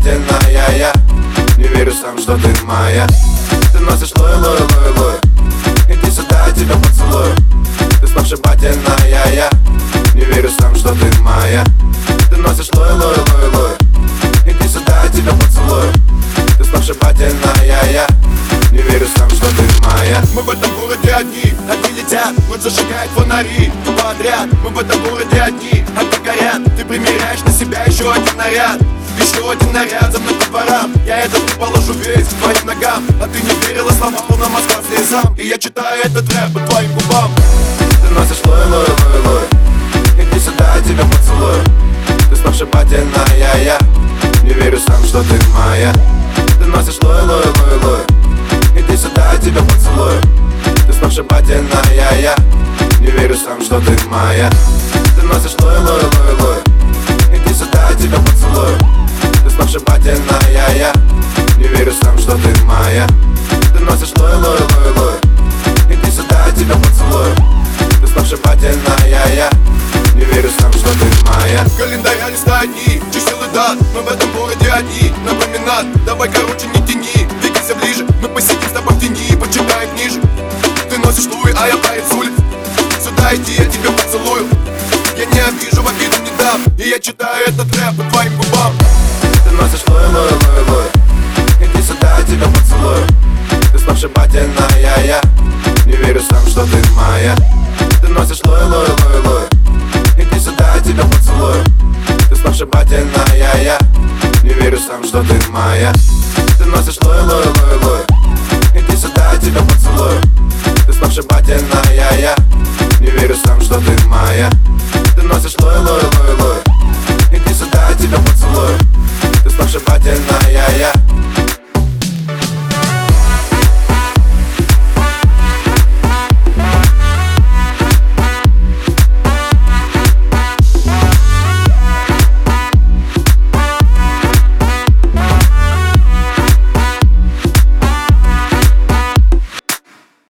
сногсшибательная я не верю сам, что ты моя. Ты носишь лой, лой, лой, лой. Иди сюда, я тебя поцелую. Ты сногсшибательная я не верю сам, что ты моя. Ты носишь лой, лой, лой, лой. Иди сюда, я тебя поцелую. Ты сногсшибательная я не верю сам, что ты моя. Мы в этом городе одни летят, ночь зажигает фонари подряд. Мы в этом городе одни горят. Ты примеряешь на себя еще один наряд. Еще один наряд за мной по дворам. Я этот не положу весь к твоим ногам. А ты не верила словам, полна Москва слезам. И я читаю этот рэп по твоим губам. Ты носишь лой, лой, лой, лой. Иди сюда, я тебя поцелую. Ты сногсшибательная я не верю сам, что ты моя. Ты носишь лой, лой, лой, лой. Иди сюда, я тебя поцелую. Ты сногсшибательная я не верю сам, что ты моя. Ты носишь лой, лой, лой, лой. Иди сюда, я тебя поцелую. Ты сногсшибательная я не верю сам, что ты моя. Ты носишь лой, лой, лой, лой. Иди сюда, я тебя поцелую. Ты сногсшибательная я не верю сам, что ты моя. Календаря листают дни, чисел и дат. Мы в этом городе одни, напоминат. Давай, короче, не тяни, двигайся ближе. Мы посидим с тобой в тени и почитаем книжек. Ты носишь луи, а я парень с улиц. Сюда иди, я тебя поцелую. Я не обижу, в обиду не дам. И я читаю этот рэп по твоим губам. Ты носишь лой, лой, лой, лой. Иди сюда, я тебя поцелую. Ты сногсшибательная я не верю сам, что ты моя. Ты носишь лой, лой, лой, лой. Иди сюда, я тебя поцелую. Ты сногсшибательная я не верю сам, что ты моя.